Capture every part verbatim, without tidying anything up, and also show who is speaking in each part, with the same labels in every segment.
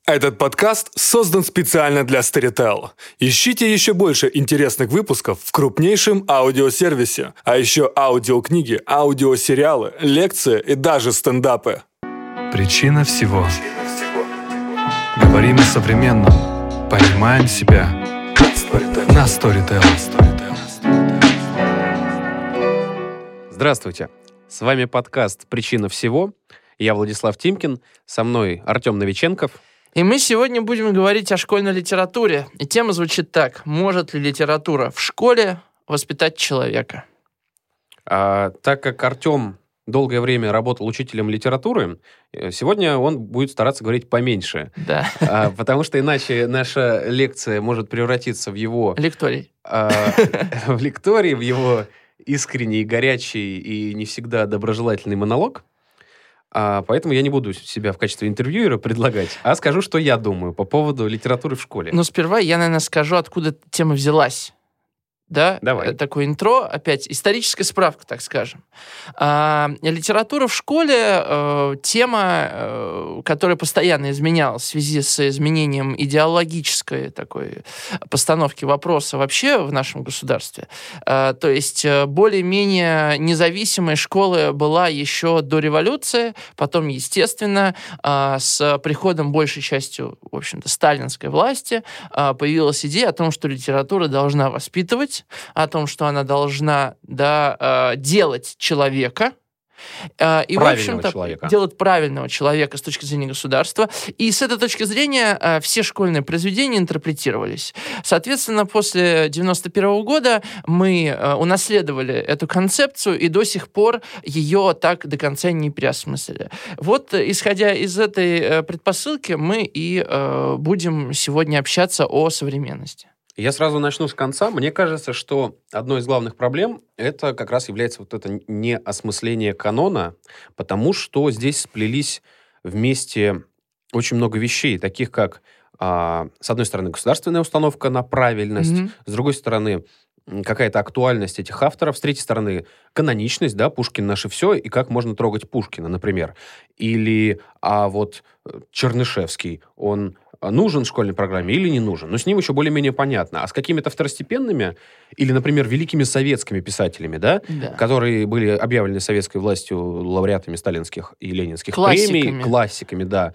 Speaker 1: Этот подкаст создан специально для Storytel. Ищите еще больше интересных выпусков в крупнейшем аудиосервисе, а еще аудиокниги, аудиосериалы, лекции и даже стендапы.
Speaker 2: Причина всего. Говорим о современном. Понимаем себя. На Storytel.
Speaker 3: Здравствуйте. С вами подкаст «Причина всего». Я Владислав Тимкин, со мной Артем Новиченков.
Speaker 4: И мы сегодня будем говорить о школьной литературе. И тема звучит так. Может ли литература в школе воспитать человека?
Speaker 3: А, так как Артем долгое время работал учителем литературы, сегодня он будет стараться говорить поменьше.
Speaker 4: Да.
Speaker 3: А, потому что иначе наша лекция может превратиться в его...
Speaker 4: Лекторий.
Speaker 3: А, в лекторий, в его искренний, горячий и не всегда доброжелательный монолог. А, поэтому я не буду себя в качестве интервьюера предлагать, а скажу, что я думаю по поводу литературы в школе.
Speaker 4: Но сперва я, наверное, скажу, откуда тема взялась. Да?
Speaker 3: Давай.
Speaker 4: Такое интро, опять историческая справка, так скажем. А, литература в школе э, тема, э, которая постоянно изменялась в связи с изменением идеологической такой постановки вопроса вообще в нашем государстве. А, то есть более-менее независимая школа была еще до революции, потом, естественно, а, с приходом большей частью, в общем-то, сталинской власти а, появилась идея о том, что литература должна воспитывать, о том, что она должна, да, делать человека. И,
Speaker 3: правильного
Speaker 4: в общем-то,
Speaker 3: человека.
Speaker 4: делать правильного человека с точки зрения государства. И с этой точки зрения все школьные произведения интерпретировались. Соответственно, после девяносто первого года мы унаследовали эту концепцию и до сих пор ее так до конца не переосмыслили. Вот, исходя из этой предпосылки, мы и будем сегодня общаться о современности.
Speaker 3: Я сразу начну с конца. Мне кажется, что одной из главных проблем это как раз является вот это неосмысление канона, потому что здесь сплелись вместе очень много вещей, таких как, а, с одной стороны, государственная установка на правильность, mm-hmm. с другой стороны, какая-то актуальность этих авторов, с третьей стороны, каноничность, да, Пушкин наше все, и как можно трогать Пушкина, например. Или, а вот Чернышевский, он нужен в школьной программе или не нужен? Но с ним еще более-менее понятно. А с какими-то второстепенными или, например, великими советскими писателями, да,
Speaker 4: да. которые
Speaker 3: были объявлены советской властью лауреатами сталинских и ленинских
Speaker 4: классиками.
Speaker 3: премий, классиками, да,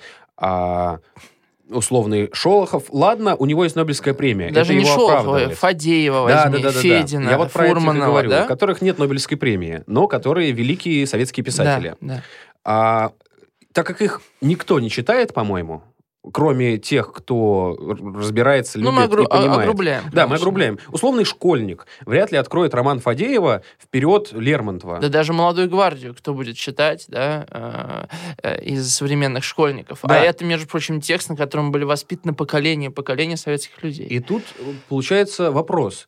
Speaker 3: а условный Шолохов, ладно, у него есть Нобелевская премия.
Speaker 4: Даже
Speaker 3: это
Speaker 4: не
Speaker 3: его
Speaker 4: Шолохова, Фадеева
Speaker 3: да,
Speaker 4: возьми,
Speaker 3: да, да, да,
Speaker 4: Федина,
Speaker 3: да. Я вот про
Speaker 4: Фурманова,
Speaker 3: это говорю,
Speaker 4: да?
Speaker 3: у которых нет Нобелевской премии, но которые великие советские писатели.
Speaker 4: Да, да.
Speaker 3: А, так как их никто не читает, по-моему, кроме тех, кто разбирается, любит
Speaker 4: ну, мы огру-
Speaker 3: и понимает.
Speaker 4: огрубляем.
Speaker 3: Да,
Speaker 4: конечно.
Speaker 3: мы огрубляем. Условный школьник вряд ли откроет роман Фадеева «Вперед, Лермонтова».
Speaker 4: Да даже «Молодую гвардию» кто будет читать, да, э, из современных школьников.
Speaker 3: Да.
Speaker 4: А это, между прочим, текст, на котором были воспитаны поколения, поколения советских людей.
Speaker 3: И тут получается вопрос.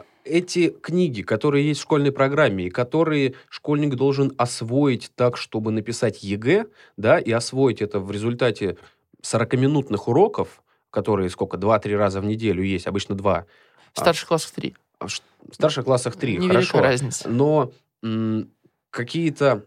Speaker 3: Эти книги, которые есть в школьной программе, и которые школьник должен освоить так, чтобы написать ЕГЭ, да, и освоить это в результате сорокаминутных уроков, которые сколько, два-три раза в неделю есть, обычно два.
Speaker 4: В старших классах три.
Speaker 3: В старших классах три,
Speaker 4: Невелика
Speaker 3: хорошо.
Speaker 4: разница.
Speaker 3: Но м, какие-то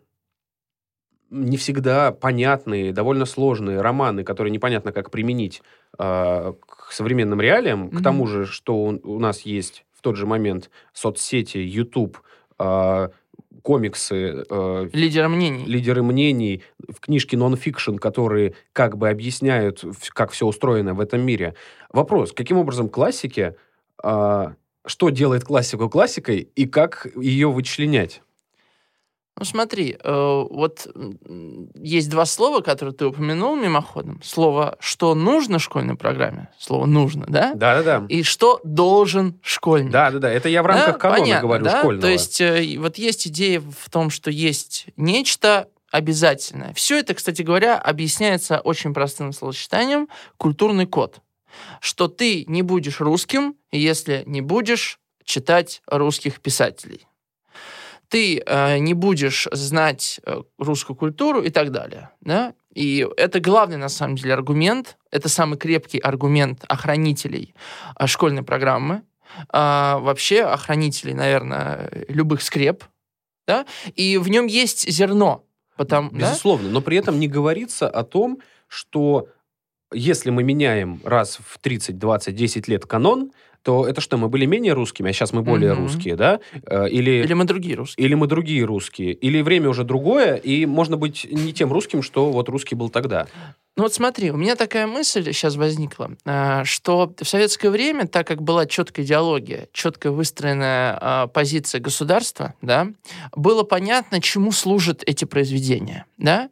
Speaker 3: не всегда понятные, довольно сложные романы, которые непонятно, как применить э, к современным реалиям, mm-hmm. к тому же, что у, у нас есть в тот же момент соцсети, YouTube, э, комиксы, э,
Speaker 4: лидеры мнений.
Speaker 3: лидеры мнений, в книжке нон-фикшн, которые как бы объясняют, как все устроено в этом мире. Вопрос, каким образом классики, э, что делает классику классикой и как ее вычленять?
Speaker 4: Ну, смотри, э, вот есть два слова, которые ты упомянул мимоходом. Слово «что нужно» в школьной программе, слово «нужно», да?
Speaker 3: Да-да-да.
Speaker 4: И «что должен школьник».
Speaker 3: Да-да-да, это я в рамках
Speaker 4: да?
Speaker 3: канона
Speaker 4: Понятно,
Speaker 3: говорю,
Speaker 4: да?
Speaker 3: школьного.
Speaker 4: То есть э, вот есть идея в том, что есть нечто обязательное. Все это, кстати говоря, объясняется очень простым словосочетанием «культурный код». Что ты не будешь русским, если не будешь читать русских писателей. Ты э, не будешь знать э, русскую культуру и так далее. Да? И это главный, на самом деле, аргумент. Это самый крепкий аргумент охранителей э, школьной программы. Э, вообще охранителей, наверное, любых скреп. Да? И в нем есть зерно. Потому,
Speaker 3: Безусловно,
Speaker 4: да?
Speaker 3: но при этом не говорится о том, что если мы меняем раз в тридцать, двадцать, десять лет канон, то это что, мы были менее русскими, а сейчас мы более
Speaker 4: Мгм.
Speaker 3: русские, да? Э, Или...
Speaker 4: Или мы другие русские.
Speaker 3: Или мы другие русские, или время уже другое, и можно быть не тем русским, что вот русский был тогда.
Speaker 4: Ну вот смотри, у меня такая мысль сейчас возникла, а, что в советское время, так как была четкая идеология, четко выстроенная а, позиция государства, да, было понятно, чему служат эти произведения. Да?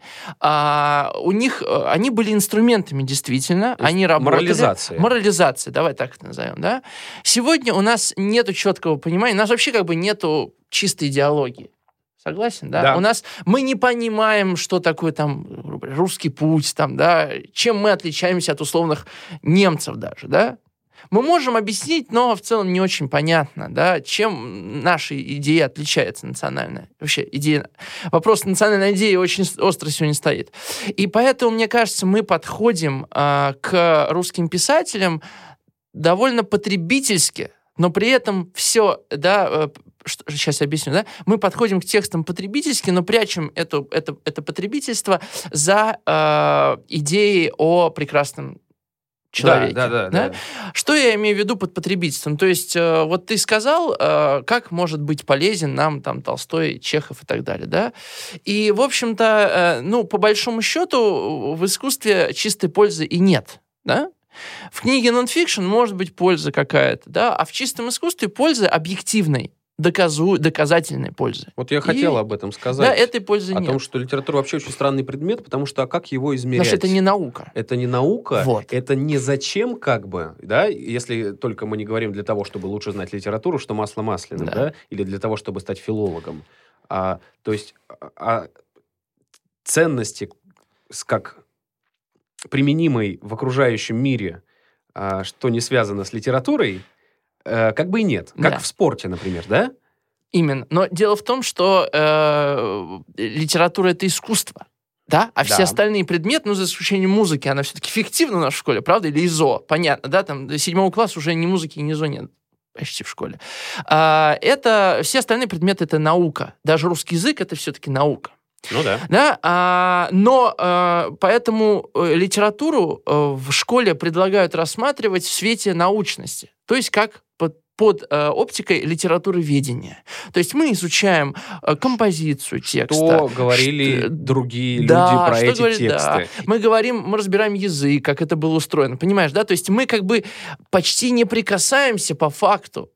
Speaker 4: А, у них, а, они были инструментами, действительно,
Speaker 3: То есть
Speaker 4: они работали.
Speaker 3: морализация.
Speaker 4: Морализация, давай так это назовем. Да? Сегодня у нас нету четкого понимания, у нас вообще как бы нету чистой идеологии. Согласен, да?
Speaker 3: Да.
Speaker 4: У нас мы не понимаем, что такое там грубо говоря, русский путь, там, да, чем мы отличаемся от условных немцев даже, да? Мы можем объяснить, но в целом не очень понятно, да, чем наша идея отличается национальная. Вообще идея, вопрос национальной идеи очень остро сегодня стоит. И поэтому, мне кажется, мы подходим а, к русским писателям довольно потребительски, но при этом все, да, что, сейчас я объясню, да, мы подходим к текстам потребительски, но прячем это, это, это потребительство за э, идеей о прекрасном человеке.
Speaker 3: Да, да, да,
Speaker 4: да?
Speaker 3: да.
Speaker 4: Что я имею в виду под потребительством? То есть, э, вот ты сказал, э, как может быть полезен нам там Толстой, Чехов и так далее, да? И, в общем-то, э, ну, по большому счету, в искусстве чистой пользы и нет, да? В книге нонфикшн может быть польза какая-то, да, а в чистом искусстве польза объективной, доказу, доказательной пользы.
Speaker 3: Вот я хотел об этом сказать.
Speaker 4: Да, этой пользы
Speaker 3: О
Speaker 4: нет.
Speaker 3: том, что литература вообще очень странный предмет, потому что а как его измерять?
Speaker 4: Потому что это не наука.
Speaker 3: Это не наука,
Speaker 4: Вот.
Speaker 3: это не зачем как бы, да, если только мы не говорим для того, чтобы лучше знать литературу, что масло масляным,
Speaker 4: Да.
Speaker 3: да, или для того, чтобы стать филологом. А, то есть а, а ценности, с- как применимой в окружающем мире, а, что не связано с литературой, э, как бы и нет. Как
Speaker 4: Да.
Speaker 3: в спорте, например, да?
Speaker 4: Именно. Но дело в том, что э, литература — это искусство. Да? А все
Speaker 3: Да.
Speaker 4: остальные предметы, ну, за исключением музыки, она все-таки фиктивна в нашей школе, правда? Или ИЗО, понятно, да? Там до седьмого класса уже ни музыки, ни ИЗО нет почти в школе. А, это, все остальные предметы — это наука. Даже русский язык — это все-таки наука.
Speaker 3: Ну да.
Speaker 4: Да, а, но а, поэтому э, литературу э, в школе предлагают рассматривать в свете научности, то есть как под, под э, оптикой литературоведения. То есть мы изучаем э, композицию текста.
Speaker 3: Что говорили
Speaker 4: что-
Speaker 3: другие
Speaker 4: да,
Speaker 3: люди про
Speaker 4: что
Speaker 3: эти
Speaker 4: говорит-
Speaker 3: тексты?
Speaker 4: да. Мы говорим, мы разбираем язык, как это было устроено, понимаешь, да? То есть мы как бы почти не прикасаемся по факту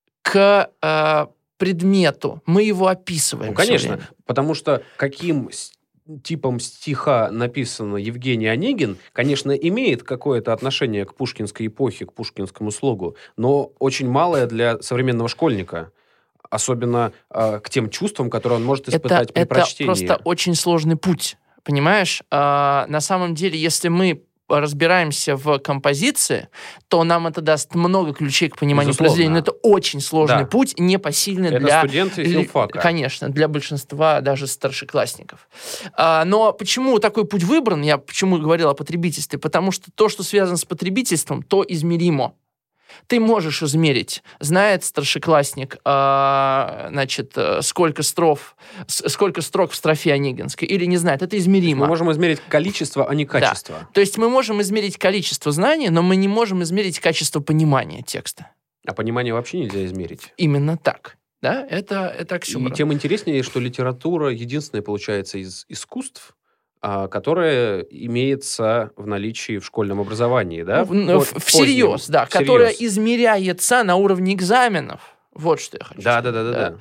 Speaker 4: к э, предмету, мы его описываем.
Speaker 3: Ну,
Speaker 4: всё
Speaker 3: конечно,
Speaker 4: время.
Speaker 3: потому что каким с- типом стиха написано Евгений Онегин, конечно, имеет какое-то отношение к пушкинской эпохе, к пушкинскому слогу, но очень малое для современного школьника. Особенно э, к тем чувствам, которые он может испытать
Speaker 4: это,
Speaker 3: при
Speaker 4: это
Speaker 3: прочтении.
Speaker 4: просто очень сложный путь, понимаешь? А, на самом деле, если мы разбираемся в композиции, то нам это даст много ключей к пониманию
Speaker 3: Безусловно.
Speaker 4: произведения. Но это очень сложный
Speaker 3: Да.
Speaker 4: путь, непосильный
Speaker 3: Это
Speaker 4: для...
Speaker 3: студенты
Speaker 4: ли-
Speaker 3: филфака.
Speaker 4: Конечно, для большинства даже старшеклассников. А, но почему такой путь выбран? Я почему говорил о потребительстве? Потому что то, что связано с потребительством, то измеримо. Ты можешь измерить, знает старшеклассник, а, значит, э, сколько строф, с- сколько строк в строфе Онегинской, или не знает, это измеримо.
Speaker 3: Мы можем измерить количество, а не качество.
Speaker 4: То есть мы можем измерить количество знаний, но мы не можем измерить качество понимания текста.
Speaker 3: А понимание вообще нельзя измерить.
Speaker 4: Именно так. Да? Это, это
Speaker 3: И
Speaker 4: аксиома.
Speaker 3: тем интереснее, что литература единственная, получается, из искусств, а, которая имеется в наличии в школьном образовании, да?
Speaker 4: В- в-
Speaker 3: Под-
Speaker 4: всерьез,
Speaker 3: позднем.
Speaker 4: да,
Speaker 3: Всерьез.
Speaker 4: которая измеряется на уровне экзаменов. Вот что я хочу
Speaker 3: Да,
Speaker 4: сказать.
Speaker 3: да, да, да, да.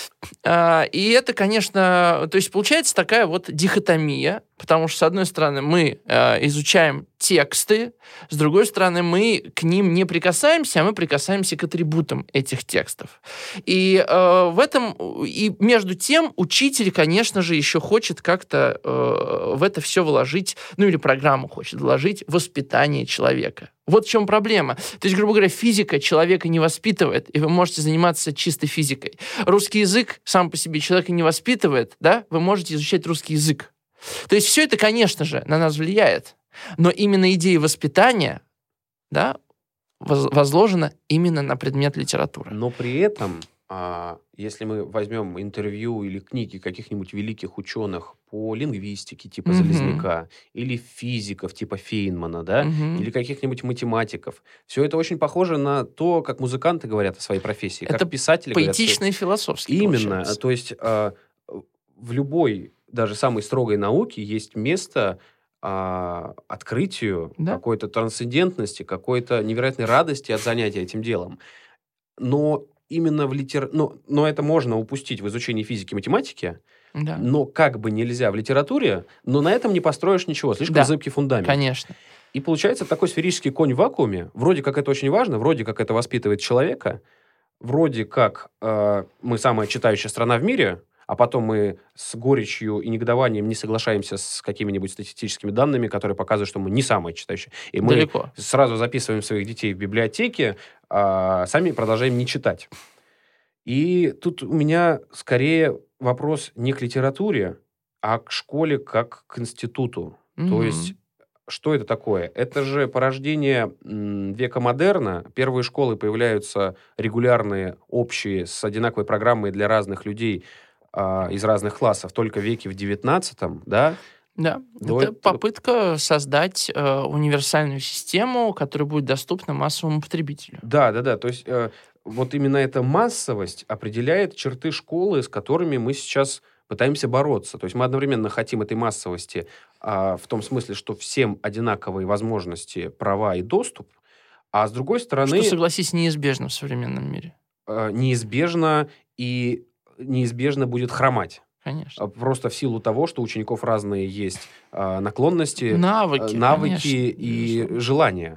Speaker 4: А, И это, конечно, то есть получается такая вот дихотомия, потому что, с одной стороны, мы э, изучаем тексты, с другой стороны, мы к ним не прикасаемся, а мы прикасаемся к атрибутам этих текстов. И э, в этом, и между тем, учитель, конечно же, еще хочет как-то э, в это все вложить, ну или программу хочет вложить воспитание человека. Вот в чем проблема. То есть, грубо говоря, физика человека не воспитывает, и вы можете заниматься чистой физикой. Русский язык сам по себе человека не воспитывает, да, вы можете изучать русский язык. То есть все это, конечно же, на нас влияет, но именно идея воспитания, да, воз- возложена именно на предмет литературы.
Speaker 3: Но при этом а, если мы возьмем интервью или книги каких-нибудь великих ученых по лингвистике типа
Speaker 4: Мгм.
Speaker 3: Залезняка, или физиков типа Фейнмана, да,
Speaker 4: Мгм.
Speaker 3: или каких-нибудь математиков, все это очень похоже на то, как музыканты говорят о своей профессии,
Speaker 4: Это
Speaker 3: как писатели говорят о своей-
Speaker 4: Поэтично и философски
Speaker 3: Именно,
Speaker 4: получается.
Speaker 3: то есть а, в любой, даже самой строгой науке есть место а, открытию,
Speaker 4: Да.
Speaker 3: какой-то трансцендентности, какой-то невероятной радости от занятия этим делом. Но именно в литер... но, но это можно упустить в изучении физики и математики,
Speaker 4: Да.
Speaker 3: но как бы нельзя в литературе, но на этом не построишь ничего, слишком
Speaker 4: Да.
Speaker 3: зыбкий фундамент.
Speaker 4: Конечно.
Speaker 3: И получается такой сферический конь в вакууме, вроде как это очень важно, вроде как это воспитывает человека, вроде как э, мы самая читающая страна в мире, а потом мы с горечью и негодованием не соглашаемся с какими-нибудь статистическими данными, которые показывают, что мы не самые читающие. И мы
Speaker 4: Далеко.
Speaker 3: сразу записываем своих детей в библиотеке, а сами продолжаем не читать. И тут у меня скорее вопрос не к литературе, а к школе как к институту. То
Speaker 4: Мгм.
Speaker 3: есть, что это такое? Это же порождение м, века модерна. Первые школы появляются регулярные, общие, с одинаковой программой для разных людей а, из разных классов только в веке в девятнадцатом, да?
Speaker 4: Да,
Speaker 3: До
Speaker 4: это
Speaker 3: этого-
Speaker 4: попытка создать э, универсальную систему, которая будет доступна массовому потребителю.
Speaker 3: Да, да, да. То есть э, вот именно эта массовость определяет черты школы, с которыми мы сейчас пытаемся бороться. То есть мы одновременно хотим этой массовости а, в том смысле, что всем одинаковые возможности, права и доступ, а с другой стороны
Speaker 4: Что, согласись, неизбежно в современном мире.
Speaker 3: э, неизбежно и неизбежно будет хромать.
Speaker 4: Конечно.
Speaker 3: А Просто в силу того, что у учеников разные есть а, наклонности,
Speaker 4: Навыки,
Speaker 3: э, навыки
Speaker 4: конечно,
Speaker 3: и
Speaker 4: безусловно.
Speaker 3: желания.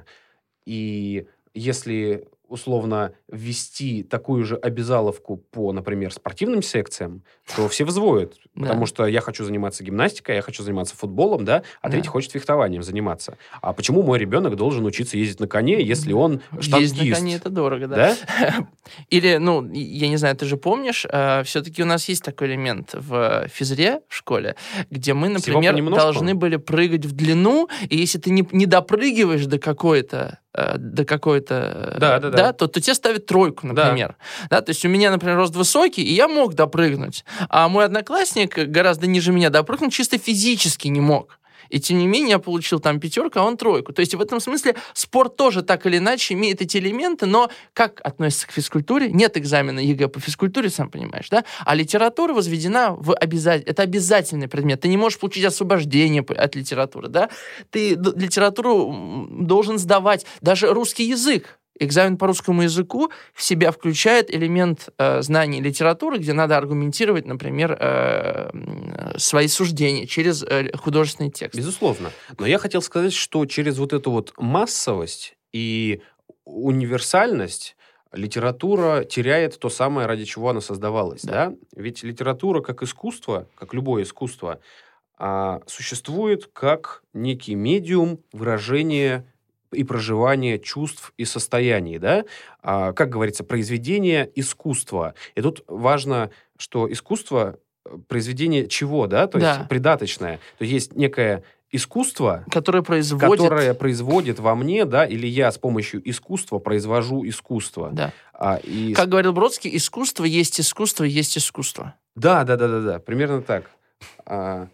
Speaker 3: И если условно ввести такую же обязаловку по, например, спортивным секциям, то все взвоют.
Speaker 4: Да.
Speaker 3: Потому что я хочу заниматься гимнастикой, я хочу заниматься футболом, да, а
Speaker 4: Да.
Speaker 3: третий хочет фехтованием заниматься. А почему мой ребенок должен учиться ездить на коне, если он
Speaker 4: Ездить на
Speaker 3: штангист?
Speaker 4: коне это дорого, да.
Speaker 3: Да?
Speaker 4: Или, ну, я не знаю, ты же помнишь, э, все-таки у нас есть такой элемент в физре в школе, где мы,
Speaker 3: Всего
Speaker 4: например,
Speaker 3: понемножку?
Speaker 4: должны были прыгать в длину, и если ты не, не допрыгиваешь до какой-то, э, до какой-то, э,
Speaker 3: Да, да, да.
Speaker 4: то, то тебе ставят тройку, например. Да. То есть у меня, например, рост высокий, и я мог допрыгнуть, а мой одноклассник гораздо ниже меня допрыгнуть чисто физически не мог. И тем не менее я получил там пятерку, а он тройку. То есть в этом смысле спорт тоже так или иначе имеет эти элементы, но как относится к физкультуре? Нет экзамена ЕГЭ по физкультуре, сам понимаешь, да? А литература возведена в обязательный... Это обязательный предмет. Ты не можешь получить освобождение от литературы, да? Ты д- литературу м, должен сдавать. Даже русский язык. Экзамен по русскому языку в себя включает элемент э, знаний литературы, где надо аргументировать, например, э, м, свои суждения через э, художественный текст.
Speaker 3: Безусловно. Но я хотел сказать, что через вот эту вот массовость и универсальность литература теряет то самое, ради чего она создавалась.
Speaker 4: Да.
Speaker 3: Да? Ведь литература как искусство, как любое искусство, а, существует как некий медиум выражения и проживания чувств и состояний. Да? А, как говорится, произведение искусства. И тут важно, что искусство э, произведение чего, да? То
Speaker 4: Да.
Speaker 3: есть придаточное. То есть есть некое искусство,
Speaker 4: Которое производит...
Speaker 3: которое производит во мне, да, или я с помощью искусства произвожу искусство.
Speaker 4: Да.
Speaker 3: А, и...
Speaker 4: Как говорил Бродский, искусство есть искусство, есть искусство.
Speaker 3: Да, да, да, да, да, примерно так. А,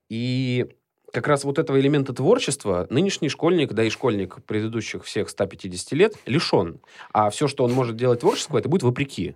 Speaker 3: и как раз вот этого элемента творчества нынешний школьник, да и школьник предыдущих всех ста пятидесяти лет лишен. А все, что он может делать творческого, это будет вопреки.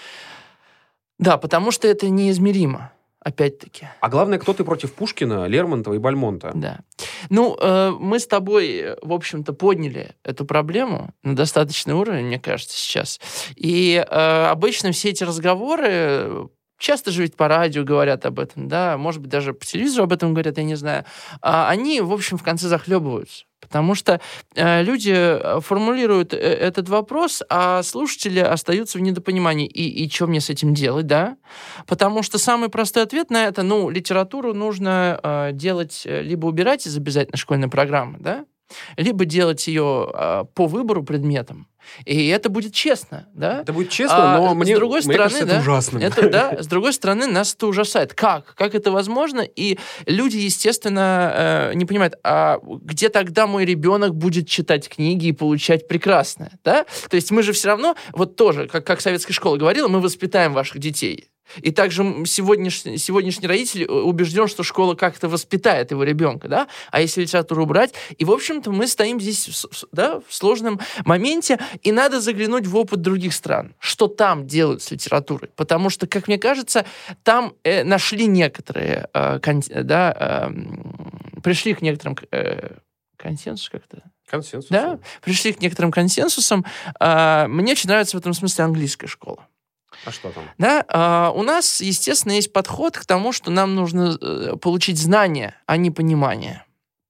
Speaker 4: Да, потому что это неизмеримо, опять-таки.
Speaker 3: А главное, кто ты против Пушкина, Лермонтова и Бальмонта?
Speaker 4: Да. Ну, э, мы с тобой, в общем-то, подняли эту проблему на достаточный уровень, мне кажется, сейчас. И э, обычно все эти разговоры, часто же ведь по радио говорят об этом, да, может быть, даже по телевизору об этом говорят, я не знаю, а они, в общем, в конце захлебываются. Потому что э, люди формулируют э, этот вопрос, а слушатели остаются в недопонимании. И, и что мне с этим делать, да? Потому что самый простой ответ на это, ну, литературу нужно э, делать, либо убирать из обязательной школьной программы, да? либо делать ее а, по выбору предметом. И это будет честно, да?
Speaker 3: Это будет честно,
Speaker 4: а,
Speaker 3: но
Speaker 4: с
Speaker 3: мне,
Speaker 4: другой
Speaker 3: мне
Speaker 4: стороны,
Speaker 3: кажется,
Speaker 4: да,
Speaker 3: это ужасно.
Speaker 4: Это, да, с другой стороны, нас это ужасает. Как? Как это возможно? И люди, естественно, э, не понимают, а где тогда мой ребенок будет читать книги и получать прекрасное, да? То есть мы же все равно, вот тоже, как, как советская школа говорила, мы воспитаем ваших детей. И также сегодняшний, сегодняшний родитель убежден, что школа как-то воспитает его ребенка, да? А если литературу убрать? И, в общем-то, мы стоим здесь в, да, в сложном моменте, и надо заглянуть в опыт других стран, что там делают с литературой. Потому что, как мне кажется, там э, нашли некоторые, э, кон, да, э, пришли к некоторым э, консенсусу как-то.
Speaker 3: Консенсус.
Speaker 4: Да, пришли к некоторым консенсусам. Э, мне очень нравится в этом смысле английская школа.
Speaker 3: А что там?
Speaker 4: Да, э, у нас, естественно, есть подход к тому, что нам нужно э, получить знания, а не понимание.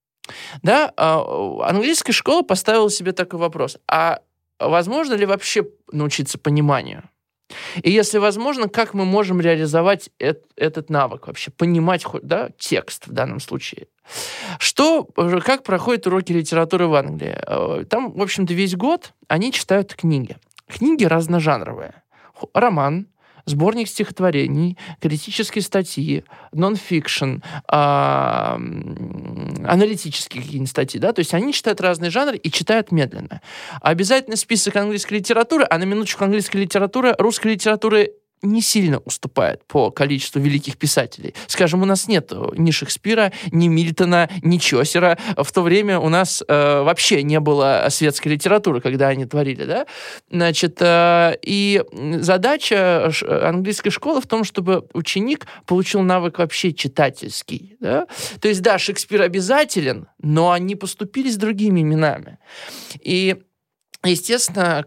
Speaker 4: Да, э, английская школа поставила себе такой вопрос. А возможно ли вообще научиться пониманию? И если возможно, как мы можем реализовать эт, этот навык вообще? Понимать, да, текст в данном случае. Что, как проходят уроки литературы в Англии? Э, там, в общем-то, весь год они читают книги. Книги разножанровые. Роман, сборник стихотворений, критические статьи, нон-фикшн, а, аналитические какие-нибудь статьи, да, то есть они читают разные жанры и читают медленно. Обязательно список английской литературы, а на минуточку английской литературы, русской литературы не сильно уступает по количеству великих писателей. Скажем, у нас нет ни Шекспира, ни Мильтона, ни Чосера. В то время у нас э, вообще не было светской литературы, когда они творили, да? Значит, э, и задача английской школы в том, чтобы ученик получил навык вообще читательский, да? То есть, да, Шекспир обязателен, но они поступили с другими именами. И естественно,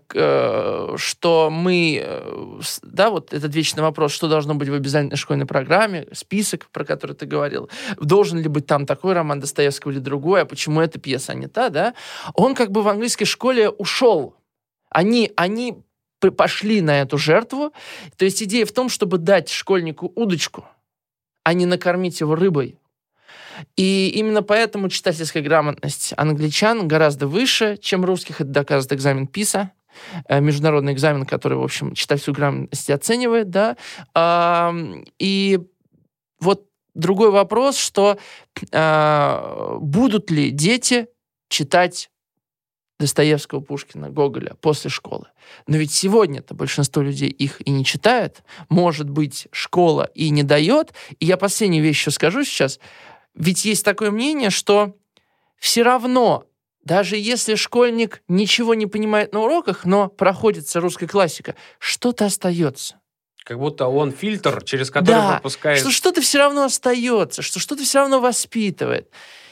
Speaker 4: что мы, да, вот этот вечный вопрос, что должно быть в обязательной школьной программе, список, про который ты говорил, должен ли быть там такой роман Достоевского или другой, а почему эта пьеса, а не та, да, он как бы в английской школе ушел. Они, они пошли на эту жертву. То есть идея в том, чтобы дать школьнику удочку, а не накормить его рыбой. И именно поэтому читательская грамотность англичан гораздо выше, чем русских. Это доказывает экзамен ПИСА, международный экзамен, который, в общем, читательскую грамотность оценивает, да. И вот другой вопрос, что будут ли дети читать Достоевского, Пушкина, Гоголя после школы. Но ведь сегодня-то большинство людей их и не читает. Может быть, школа и не дает. И я последнюю вещь еще скажу сейчас. Ведь есть такое мнение, что все равно, даже если школьник ничего не понимает на уроках, но проходится русская классика, что-то остается.
Speaker 3: Как будто он фильтр, через который
Speaker 4: да,
Speaker 3: пропускает...
Speaker 4: что что-то все равно остается, что что-то все равно воспитывает.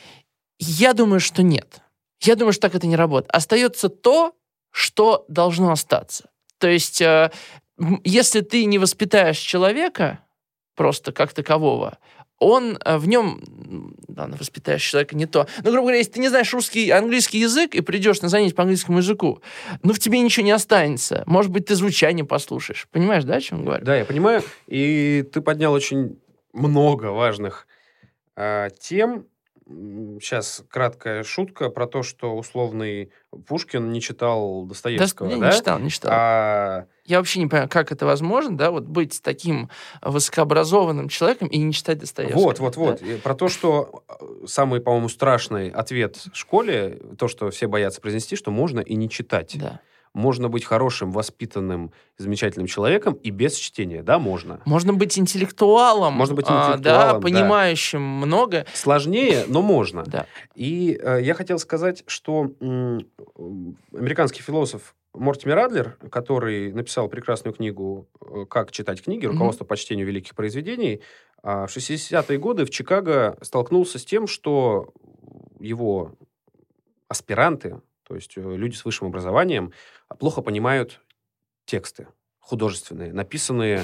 Speaker 4: Я думаю, что нет. Я думаю, что так это не работает. Остается то, что должно остаться. То есть, э, если ты не воспитаешь человека просто как такового, он в нем, ладно, воспитаешь человека не то. Но, грубо говоря, если ты не знаешь русский, английский язык и придешь на занятие по английскому языку, ну, в тебе ничего не останется. Может быть, ты звучание послушаешь. Понимаешь, да, о чем я говорю?
Speaker 3: Да, я понимаю. И ты поднял очень много важных э, тем. Сейчас краткая шутка про то, что условный Пушкин не читал Достоевского,
Speaker 4: да?
Speaker 3: да?
Speaker 4: Не читал, не читал. А... Я вообще не понимаю, как это возможно, да, вот быть таким высокообразованным человеком и не читать Достоевского.
Speaker 3: Вот, вот, вот. Да? Про то, что самый, по-моему, страшный ответ в школе, то, что все боятся произнести, что можно и не читать.
Speaker 4: Да.
Speaker 3: Можно быть хорошим, воспитанным, замечательным человеком и без чтения, да, можно.
Speaker 4: Можно быть интеллектуалом.
Speaker 3: Можно быть
Speaker 4: А,
Speaker 3: интеллектуалом,
Speaker 4: да, понимающим
Speaker 3: да.
Speaker 4: много.
Speaker 3: Сложнее, но можно.
Speaker 4: Да.
Speaker 3: И э, я хотел сказать, что м, американский философ Мортимер Адлер, который написал прекрасную книгу «Как читать книги. Руководство mm-hmm. по чтению великих произведений», в шестидесятые годы в Чикаго столкнулся с тем, что его аспиранты, то есть люди с высшим образованием, плохо понимают тексты художественные, написанные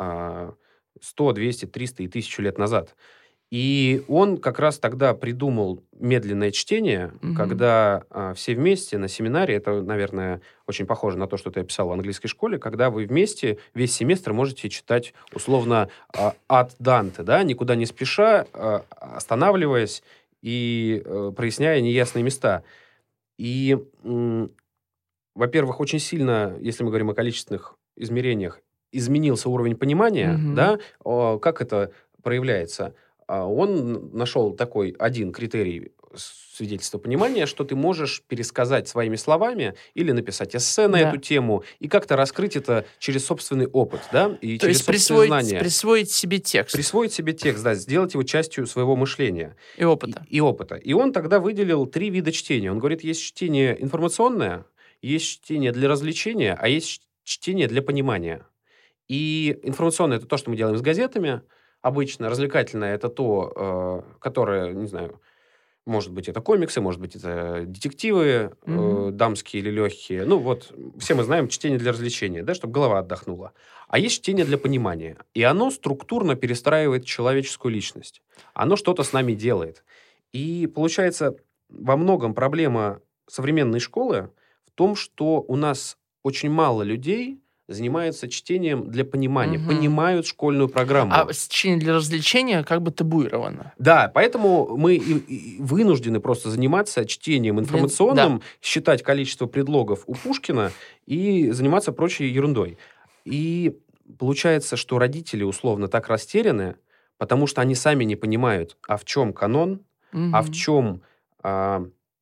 Speaker 3: сто, двести, триста и тысячу лет назад. И он как раз тогда придумал медленное чтение, mm-hmm. когда а, все вместе на семинаре, это, наверное, очень похоже на то, что ты описал в английской школе, когда вы вместе весь семестр можете читать условно а, от Данте, да, никуда не спеша, а, останавливаясь и а, проясняя неясные места. И, м, во-первых, очень сильно, если мы говорим о количественных измерениях, изменился уровень понимания,
Speaker 4: Мгм.
Speaker 3: да, О, как это проявляется? А, Он нашел такой один критерий свидетельства понимания, что ты можешь пересказать своими словами или написать эссе на
Speaker 4: Да.
Speaker 3: эту тему и как-то раскрыть это через собственный опыт, да, и
Speaker 4: То
Speaker 3: через
Speaker 4: есть
Speaker 3: собственные
Speaker 4: присвоить,
Speaker 3: знания.
Speaker 4: присвоить себе текст
Speaker 3: Присвоить себе текст, да, сделать его частью своего мышления
Speaker 4: и опыта.
Speaker 3: и, и опыта. И он тогда выделил три вида чтения. Он говорит, есть чтение информационное, есть чтение для развлечения, а есть ч- чтение для понимания. И информационное – это то, что мы делаем с газетами обычно. Развлекательное – это то, э, которое, не знаю, может быть, это комиксы, может быть, это детективы, э,
Speaker 4: Мгм.
Speaker 3: дамские или легкие. Ну, вот, все мы знаем чтение для развлечения, да, чтобы голова отдохнула. А есть чтение для понимания. И оно структурно перестраивает человеческую личность. Оно что-то с нами делает. И получается, во многом проблема современной школы в том, что у нас очень мало людей занимаются чтением для понимания,
Speaker 4: Мгм.
Speaker 3: понимают школьную программу.
Speaker 4: А чтение для развлечения как бы табуировано.
Speaker 3: Да, поэтому мы и- и вынуждены просто заниматься чтением информационным, считать количество предлогов у Пушкина и заниматься прочей ерундой. И получается, что родители условно так растеряны, потому что они сами не понимают, а в чем канон, а в
Speaker 4: Мгм.
Speaker 3: чем а,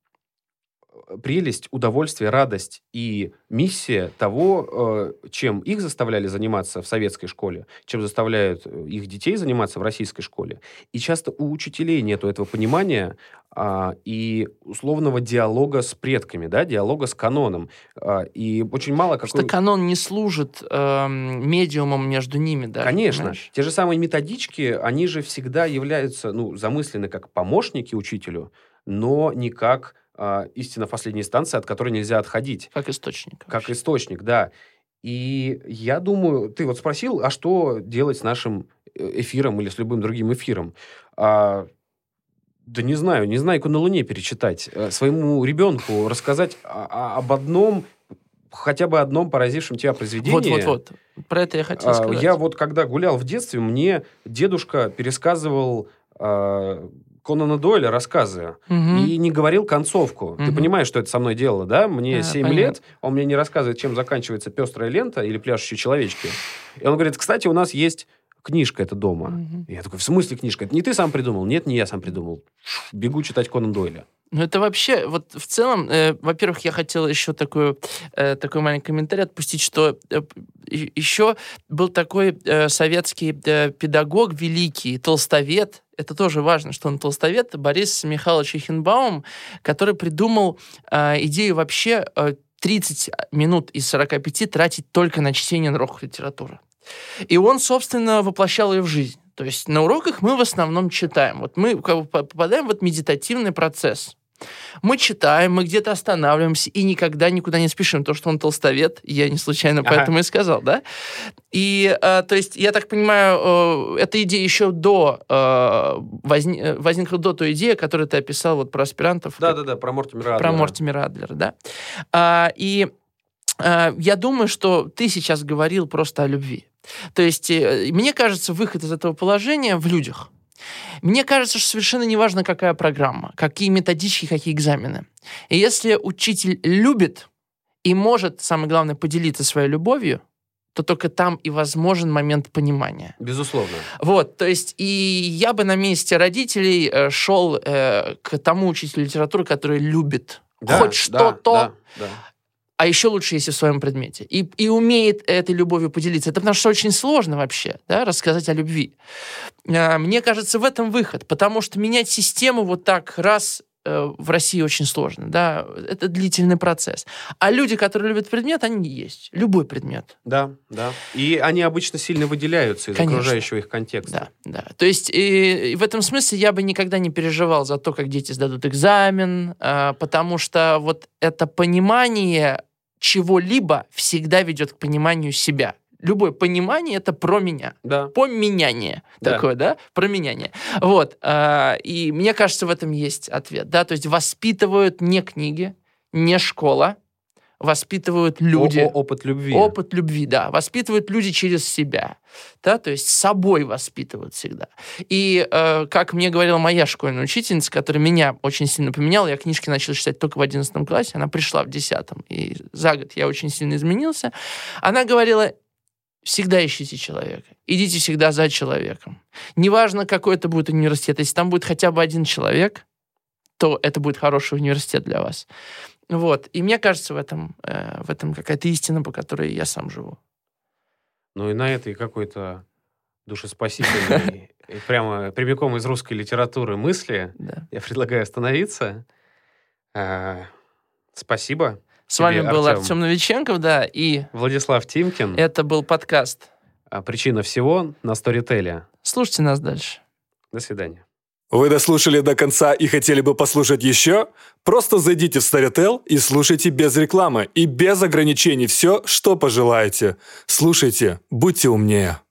Speaker 3: прелесть, удовольствие, радость и миссия того, э, чем их заставляли заниматься в советской школе, чем заставляют э, их детей заниматься в российской школе. И часто у учителей нету этого понимания а, и условного диалога с предками, да, диалога с каноном. А, и очень мало
Speaker 4: Что
Speaker 3: какой...
Speaker 4: канон не служит эм, медиумом между ними даже.
Speaker 3: Конечно.
Speaker 4: понимаешь?
Speaker 3: Те же самые методички, они же всегда являются, ну, замыслены как помощники учителю, но не как а, истина последней станции, от которой нельзя отходить.
Speaker 4: Как источник.
Speaker 3: Как
Speaker 4: вообще.
Speaker 3: источник, да. И я думаю, ты вот спросил, а что делать с нашим э, эфиром или с любым другим эфиром? А, да не знаю, не знаю, на Луне перечитать. Э, Своему ребенку рассказать о- о- об одном, хотя бы одном поразившем тебя произведении.
Speaker 4: Вот-вот-вот. Про это я хотел
Speaker 3: А,
Speaker 4: сказать.
Speaker 3: Я вот, когда гулял в детстве, мне дедушка пересказывал а, Конана Дойля рассказы
Speaker 4: Мгм.
Speaker 3: и не говорил концовку. Ты
Speaker 4: Мгм.
Speaker 3: понимаешь, что это со мной делало, да? Мне
Speaker 4: Да,
Speaker 3: семь
Speaker 4: понятно.
Speaker 3: лет, он мне не рассказывает, чем заканчивается пестрая лента или пляшущие человечки. И он говорит, кстати, у нас есть книжка эта дома.
Speaker 4: Мгм.
Speaker 3: И я такой, в смысле книжка? Это не ты сам придумал? Нет, не я сам придумал. Бегу читать Конан Дойля.
Speaker 4: Ну, это вообще, вот в целом, э, во-первых, я хотел еще такой, э, такой маленький комментарий отпустить, что э, и- еще был такой э, советский э, педагог великий, толстовед, это тоже важно, что он толстовед, Борис Михайлович Эхенбаум, который придумал э, идею вообще э, тридцать минут из сорока пяти тратить только на чтение уроков литературы. И он, собственно, воплощал ее в жизнь. То есть на уроках мы в основном читаем. Вот мы как бы попадаем в этот медитативный процесс. Мы читаем, мы где-то останавливаемся и никогда никуда не спешим. То, что он толстовед, я не случайно
Speaker 3: Ага.
Speaker 4: поэтому и сказал, да? И, э, то есть, я так понимаю, э, эта идея еще до э, возни- э, возникла до той идеи, которую ты описал вот про аспирантов.
Speaker 3: Да-да-да, про Мортимера
Speaker 4: Про
Speaker 3: Адлера.
Speaker 4: Мортимера Адлера, да. А, и а, я думаю, что ты сейчас говорил просто о любви. То есть, э, мне кажется, выход из этого положения в людях. Мне кажется, что совершенно неважно, какая программа, какие методички, какие экзамены. И если учитель любит и может, самое главное, поделиться своей любовью, то только там и возможен момент понимания.
Speaker 3: Безусловно.
Speaker 4: Вот, то есть, и я бы на месте родителей э, шел э, к тому учителю литературы, который любит
Speaker 3: Да,
Speaker 4: хоть
Speaker 3: да,
Speaker 4: что-то,
Speaker 3: да, да.
Speaker 4: а еще лучше, если в своем предмете. И, и умеет этой любовью поделиться. Это потому что очень сложно вообще, да, рассказать о любви. А, Мне кажется, в этом выход. Потому что менять систему вот так раз э, в России очень сложно. Да? Это длительный процесс. А люди, которые любят предмет, они есть. Любой предмет.
Speaker 3: Да, да. И они обычно сильно выделяются из
Speaker 4: Конечно.
Speaker 3: окружающего их контекста.
Speaker 4: Да, да. То есть и, и в этом смысле я бы никогда не переживал за то, как дети сдадут экзамен, а, потому что вот это понимание чего-либо всегда ведет к пониманию себя. Любое понимание — это про меня.
Speaker 3: Да.
Speaker 4: Поменяние
Speaker 3: Да.
Speaker 4: такое, да? Променяние. Вот. а, И мне кажется, в этом есть ответ. Да? То есть воспитывают не книги, не школа, воспитывают люди.
Speaker 3: О- опыт любви.
Speaker 4: Опыт любви, да. Воспитывают люди через себя. Да, то есть собой воспитывают всегда. И, э, как мне говорила моя школьная учительница, которая меня очень сильно поменяла, я книжки начал читать только в одиннадцатом классе, она пришла в десятом, и за год я очень сильно изменился. Она говорила: всегда ищите человека. Идите всегда за человеком. Неважно, какой это будет университет. Если там будет хотя бы один человек, то это будет хороший университет для вас. Вот. И мне кажется, в этом, э, в этом какая-то истина, по которой я сам живу.
Speaker 3: Ну и на этой какой-то душеспасительной, и прямо прямиком из русской литературы мысли
Speaker 4: Да.
Speaker 3: я предлагаю остановиться. А, Спасибо.
Speaker 4: С вами
Speaker 3: тебе,
Speaker 4: был
Speaker 3: Артем.
Speaker 4: Артем Новиченков, да, и
Speaker 3: Владислав Тимкин.
Speaker 4: это был подкаст.
Speaker 3: А, Причина всего на Storytel.
Speaker 4: Слушайте нас дальше.
Speaker 3: До свидания.
Speaker 1: Вы дослушали до конца и хотели бы послушать еще? Просто зайдите в Storytel и слушайте без рекламы и без ограничений все, что пожелаете. Слушайте, будьте умнее.